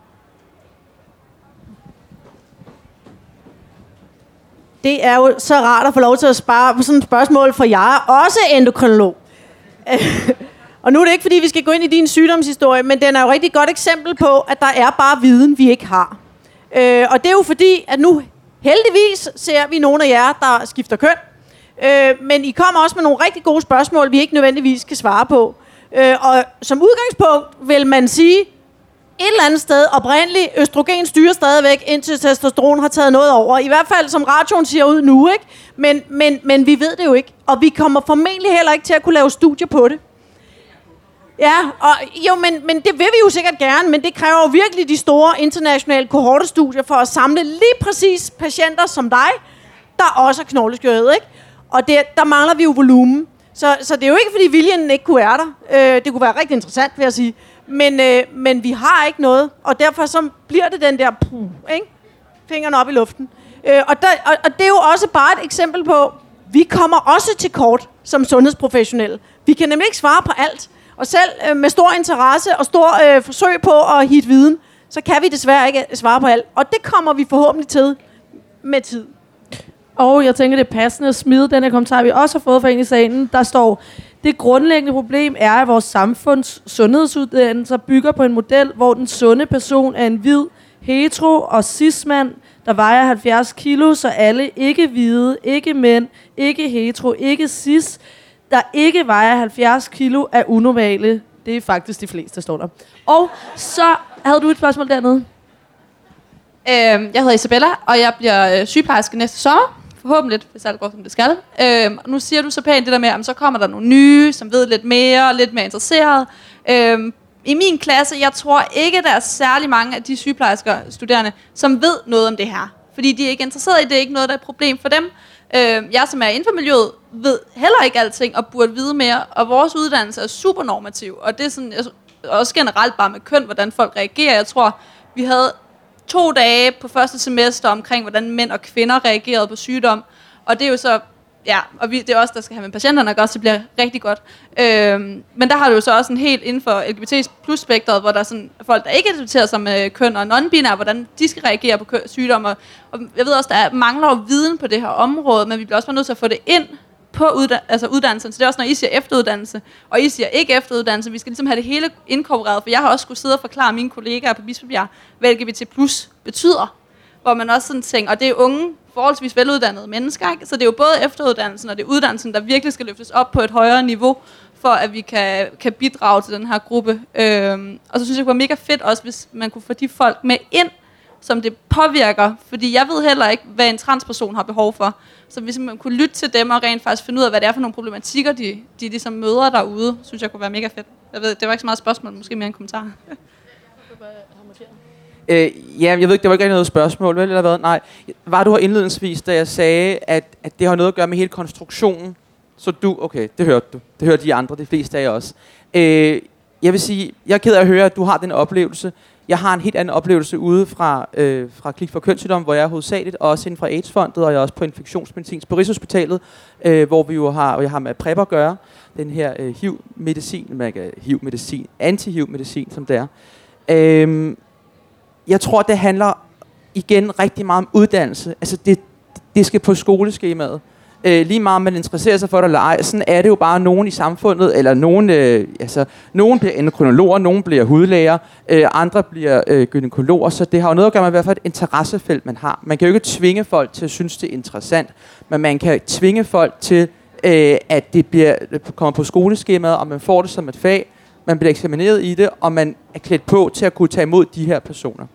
Det er jo så rart at få lov til at spare på sådan et spørgsmål, for jeg er også endokrinolog. Og nu er det ikke, fordi vi skal gå ind i din sygdomshistorie, men den er jo et rigtig godt eksempel på, at der er bare viden, vi ikke har. Og det er jo fordi, at nu heldigvis ser vi nogle af jer, der skifter køn. Men I kommer også med nogle rigtig gode spørgsmål, vi ikke nødvendigvis kan svare på. Og som udgangspunkt vil man sige, et eller andet sted oprindeligt, østrogen styrer stadigvæk, indtil testosteron har taget noget over. I hvert fald, som radioen siger ud nu, ikke? Men vi ved det jo ikke. Og vi kommer formentlig heller ikke til at kunne lave studier på det. Ja, og jo, men det vil vi jo sikkert gerne, men det kræver jo virkelig de store internationale kohortestudier for at samle lige præcis patienter som dig, der også er knogleskørhed, ikke? Og der mangler vi jo volumen. Så det er jo ikke, fordi viljen ikke kunne være der. Det kunne være rigtig interessant, vil jeg sige. Men vi har ikke noget, og derfor så bliver det den der ikke? Fingrene op i luften. Og det er jo også bare et eksempel på, vi kommer også til kort som sundhedsprofessionelle. Vi kan nemlig ikke svare på alt. Og selv med stor interesse og stor forsøg på at hitte viden, så kan vi desværre ikke svare på alt. Og det kommer vi forhåbentlig til med tid. Og jeg tænker, det er passende at smide den her kommentar, vi også har fået fra en i salen. Der står, det grundlæggende problem er, at vores samfunds sundhedsuddannelser bygger på en model, hvor den sunde person er en hvid, hetero og cis-mand, der vejer 70 kilo, så alle ikke hvide, ikke mænd, ikke hetero, ikke cis, der ikke vejer 70 kilo, er unormale. Det er faktisk de fleste, står der. Og så havde du et spørgsmål dernede. Jeg hedder Isabella, og jeg bliver sygeplejerske næste sommer. Forhåbentlig, hvis alt går, som det skal. Nu siger du så pænt det der med, at så kommer der nogle nye, som ved lidt mere, lidt mere interesseret. I min klasse, jeg tror ikke, der er særlig mange af de sygeplejersker, studerende, som ved noget om det her. Fordi de er ikke interesseret i det, er ikke noget, der er et problem for dem. Jeg, som er inden for miljøet, ved heller ikke alting og burde vide mere. Og vores uddannelse er super normativ. Og det er sådan, også generelt bare med køn, hvordan folk reagerer. Jeg tror, vi havde 2 dage på første semester omkring, hvordan mænd og kvinder reagerede på sygdom. Og det er jo så, ja, og det er også der skal have med patienterne at gøre, så det bliver rigtig godt. Men der har du jo så også en helt inden for LGBT plus spektret, hvor der er sådan folk, der ikke identificerer sig med køn og non-binære, hvordan de skal reagere på sygdomme. Og jeg ved også, der mangler jo viden på det her område, men vi bliver også bare nødt til at få det ind på uddannelsen. Så det er også, når I siger efteruddannelse, og I siger ikke efteruddannelse. Vi skal ligesom have det hele inkorporeret, for jeg har også skulle sidde og forklare mine kollegaer på Bispebjerg, hvad LGBT plus betyder. Hvor man også sådan tænker, og det er unge, forholdsvis veluddannede mennesker, ikke? Så det er jo både efteruddannelsen og det er uddannelsen, der virkelig skal løftes op på et højere niveau, for at vi kan bidrage til den her gruppe. Og så synes jeg, det var mega fedt også, hvis man kunne få de folk med ind, som det påvirker. Fordi jeg ved heller ikke, hvad en transperson har behov for. Så hvis man kunne lytte til dem og rent faktisk finde ud af, hvad det er for nogle problematikker, de ligesom møder derude, synes jeg kunne være mega fedt. Jeg ved, det var ikke så meget spørgsmål, måske mere en kommentar. Ja, jeg ved ikke, det var ikke noget spørgsmål, vel, eller hvad? Nej. Var du her indledningsvis, da jeg sagde, at det har noget at gøre med hele konstruktionen? Så okay, det hørte du. Det hørte de andre, de fleste af jer også. Jeg vil sige, jeg er ked af at høre, at du har den oplevelse. Jeg har en helt anden oplevelse ude fra Klik for Kønssygdom, hvor jeg er hovedsageligt, og også inden fra AIDS-fondet, og jeg er også på infektionsmedicinsk på Rigshospitalet, hvor vi jo jeg har med PrEP at gøre, den her HIV-medicin, anti-HIV-medicin, som det er. Jeg tror, det handler igen rigtig meget om uddannelse. Altså, det skal på skoleskemaet. Lige meget, om man interesserer sig for det eller ej. Sådan er det jo bare nogen i samfundet, eller nogen bliver endokrinologer, nogen bliver hudlæger, andre bliver gynækologer, så det har jo noget at gøre med, hvad for et interessefelt man har. Man kan jo ikke tvinge folk til at synes, det er interessant, men man kan tvinge folk til, at det kommer på skoleskemaet, og man får det som et fag, man bliver eksamineret i det, og man er klædt på til at kunne tage imod de her personer.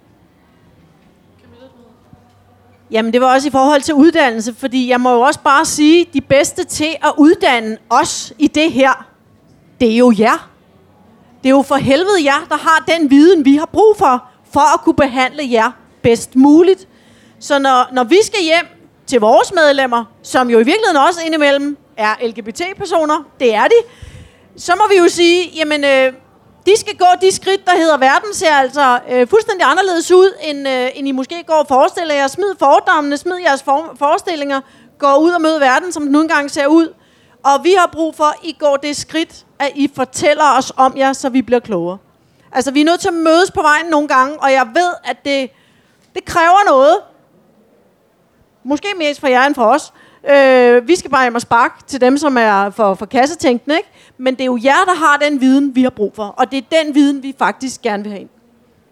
Jamen, det var også i forhold til uddannelse, fordi jeg må jo også bare sige, de bedste til at uddanne os i det her, det er jo jer. Det er jo for helvede jer, der har den viden, vi har brug for at kunne behandle jer bedst muligt. Så når vi skal hjem til vores medlemmer, som jo i virkeligheden også indimellem er LGBT-personer, det er de, så må vi jo sige, jamen, de skal gå de skridt, der hedder verden, ser altså fuldstændig anderledes ud, end I måske går og forestiller jer. Smid fordommene, smid jeres forestillinger, gå ud og møde verden, som den nu engang ser ud. Og vi har brug for, at I går det skridt, at I fortæller os om jer, så vi bliver klogere. Altså, vi er nødt til at mødes på vejen nogle gange, og jeg ved, at det kræver noget. Måske mest for jer end for os. Vi skal bare hjem og sparke til dem, som er for kassetænkende, ikke? Men det er jo jer, der har den viden, vi har brug for. Og det er den viden, vi faktisk gerne vil have ind.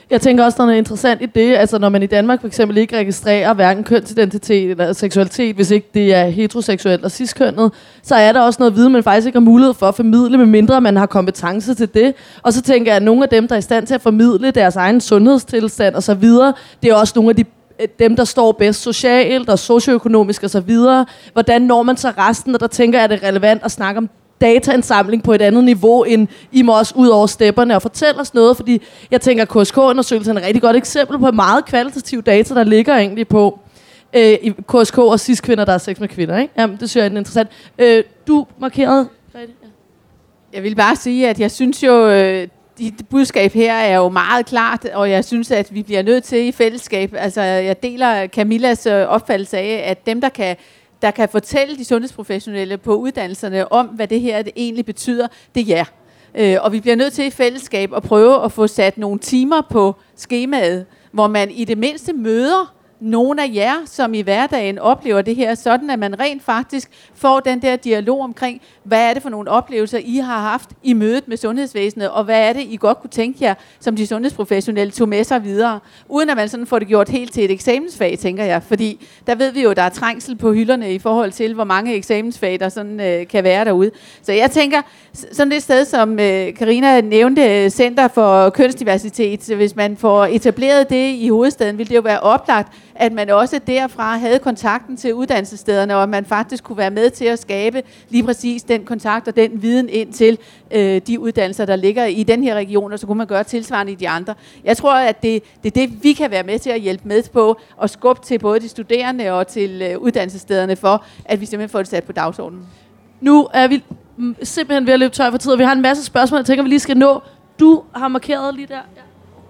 Jeg tænker også, der er noget interessant i det, altså når man i Danmark for eksempel ikke registrerer hverken kønsidentitet eller seksualitet, hvis ikke det er heteroseksuelt og ciskønnet, så er der også noget viden, man faktisk ikke har mulighed for at formidle, medmindre man har kompetence til det. Og så tænker jeg, at nogle af dem, der er i stand til at formidle deres egen sundhedstilstand og så videre, det er også nogle af dem, der står bedst socialt og socioøkonomisk og så videre. Hvordan når man så resten, og der tænker jeg, at det er relevant at snakke om dataindsamling på et andet niveau, end I må også ud over stepperne og fortælle os noget, fordi jeg tænker, at KSK-undersøgelsen er et rigtig godt eksempel på meget kvalitativ data, der ligger egentlig på i KSK og cis-kvinder, der er sex med kvinder. Ikke? Jamen, det synes jeg er interessant. Du markerede, Grete? Ja. Jeg vil bare sige, at jeg synes jo, dit budskab her er jo meget klart, og jeg synes, at vi bliver nødt til i fællesskab. Altså, jeg deler Camillas opfattelse af, at dem, der kan fortælle de sundhedsprofessionelle på uddannelserne om, hvad det her det egentlig betyder, det er jer. Og vi bliver nødt til i fællesskab at prøve at få sat nogle timer på skemaet, hvor man i det mindste møder nogle af jer, som i hverdagen oplever det her, sådan at man rent faktisk får den der dialog omkring, hvad er det for nogle oplevelser, I har haft i mødet med sundhedsvæsenet, og hvad er det, I godt kunne tænke jer, som de sundhedsprofessionelle tog med sig videre, uden at man sådan får det gjort helt til et eksamensfag, tænker jeg, fordi der ved vi jo, der er trængsel på hylderne i forhold til, hvor mange eksamensfag, der sådan kan være derude. Så jeg tænker, sådan et sted, som Karina nævnte, Center for Kønsdiversitet, hvis man får etableret det i hovedstaden, ville det jo være oplagt, at man også derfra havde kontakten til uddannelsesstederne, og at man faktisk kunne være med til at skabe lige præcis den kontakt og den viden ind til de uddannelser, der ligger i den her region, og så kunne man gøre tilsvarende i de andre. Jeg tror, at det er det, vi kan være med til at hjælpe med på, og skubbe til både de studerende og til uddannelsesstederne for, at vi simpelthen får det sat på dagsordenen. Nu er vi simpelthen ved at løbe tør for tid, og vi har en masse spørgsmål, jeg tænker, vi lige skal nå. Du har markeret lige der. Ja.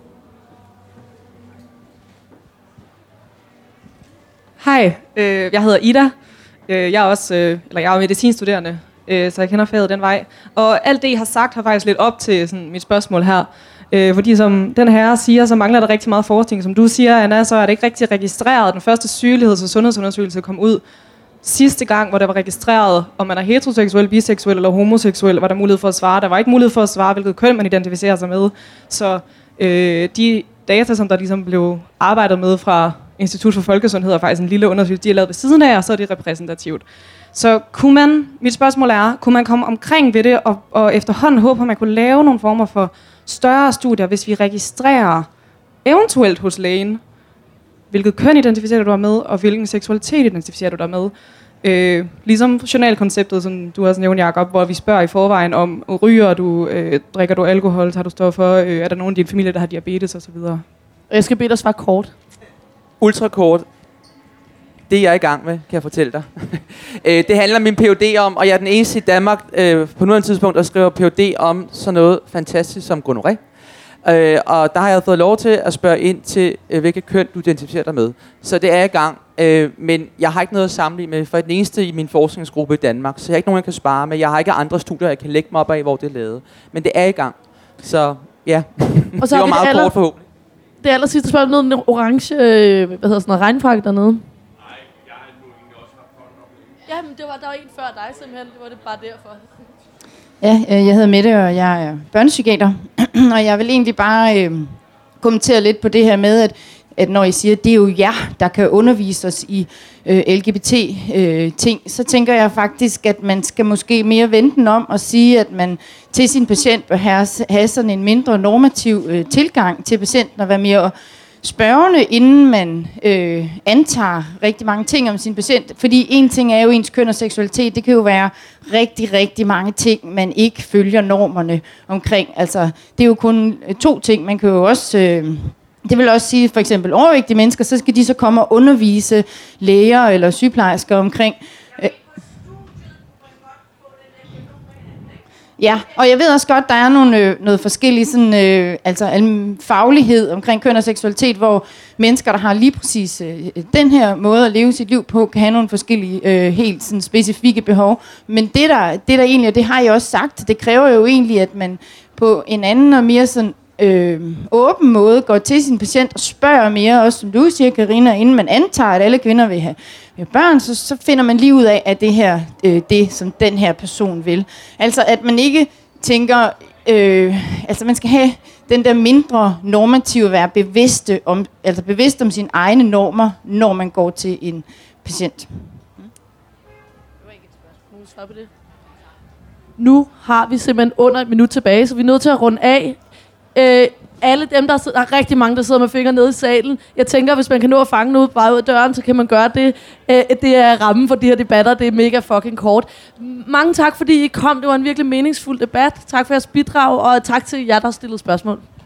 Hej, jeg hedder Ida. Jeg er medicinstuderende, så jeg kender faget den vej. Og alt det, I har sagt, har faktisk lidt op til sådan, mit spørgsmål her. Fordi som den her siger, så mangler der rigtig meget forskning. Som du siger, Anna, så er det ikke rigtig registreret. Den første sygeligheds- og sundhedsundersøgelse kom ud sidste gang, hvor der var registreret, om man er heteroseksuel, biseksuel eller homoseksuel, var der mulighed for at svare. Der var ikke mulighed for at svare, hvilket køn man identificerer sig med. Så de data, som der ligesom blev arbejdet med fra Institut for Folkesundhed, er faktisk en lille undersøgelse, de er lavet ved siden af, og så er det repræsentativt. Så mit spørgsmål er, kunne man komme omkring ved det, og efterhånden håber man kunne lave nogle former for større studier, hvis vi registrerer eventuelt hos lægen, hvilket køn identificerer du dig med, og hvilken seksualitet identificerer du dig med. Ligesom journalkonceptet, som du også nævnte, Jacob, hvor vi spørger i forvejen om, ryger du, drikker du alkohol, tager du stoffer, er der nogen i din familie, der har diabetes osv.? Jeg skal bede dig svare kort. Ultrakort. Det jeg er i gang med, kan jeg fortælle dig. Det handler min Ph.D. om, og jeg er den eneste i Danmark på nuværende tidspunkt, der skriver Ph.D. om sådan noget fantastisk som gonorré. Og der har jeg fået lov til at spørge ind til, hvilket køn du identificerer dig med. Så det er i gang, men jeg har ikke noget at sammenligne med, for jeg er den eneste i min forskningsgruppe i Danmark, så jeg har ikke nogen, jeg kan spare med. Jeg har ikke andre studier, jeg kan lægge mig op af, hvor det er lavet. Men det er i gang. Så ja, og så det var meget kort forhåbentlig. Det aller sidste spørgsmål, noget orange, regnfrakke dernede. Nej, jeg har nu egentlig også haft hånden op. Jamen, der var en før dig simpelthen, det var det bare derfor. Ja, jeg hedder Mette, og jeg er børnepsykiater, og jeg vil egentlig bare kommentere lidt på det her med, at når I siger, at det er jo jer, der kan undervise os i LGBT-ting, så tænker jeg faktisk, at man skal måske mere vende den om og sige, at man til sin patient bør have sådan en mindre normativ tilgang til patienten og være mere spørgende, inden man antager rigtig mange ting om sin patient. Fordi en ting er jo ens køn og seksualitet, det kan jo være rigtig, rigtig mange ting, man ikke følger normerne omkring. Altså, det er jo kun 2 ting. Man kan jo også... det vil også sige, for eksempel overvægtige mennesker, så skal de så komme og undervise læger eller sygeplejersker omkring... Ja, og jeg ved også godt, der er noget forskelligt sådan, faglighed omkring køn og seksualitet, hvor mennesker, der har lige præcis den her måde at leve sit liv på, kan have nogle forskellige helt sådan, specifikke behov. Men det der egentlig, og det har jeg også sagt, det kræver jo egentlig, at man på en anden og mere sådan åben måde går til sin patient og spørger mere, også som du siger, Karina, inden man antager, at alle kvinder vil have børn, så finder man lige ud af, at det her det, som den her person vil. Altså, at man ikke tænker, altså man skal have den der mindre normative, være bevidst om sine egne normer, når man går til en patient. Nu har vi simpelthen under et minut tilbage, så vi er nødt til at runde af. Alle dem, der er rigtig mange, der sidder med fingre nede i salen. Jeg tænker, hvis man kan nå at fange noget bare ud af døren, så kan man gøre det. Det er rammen for de her debatter. Det er mega fucking kort. Mange tak, fordi I kom. Det var en virkelig meningsfuld debat. Tak for jeres bidrag, og tak til jer, der stillede spørgsmål.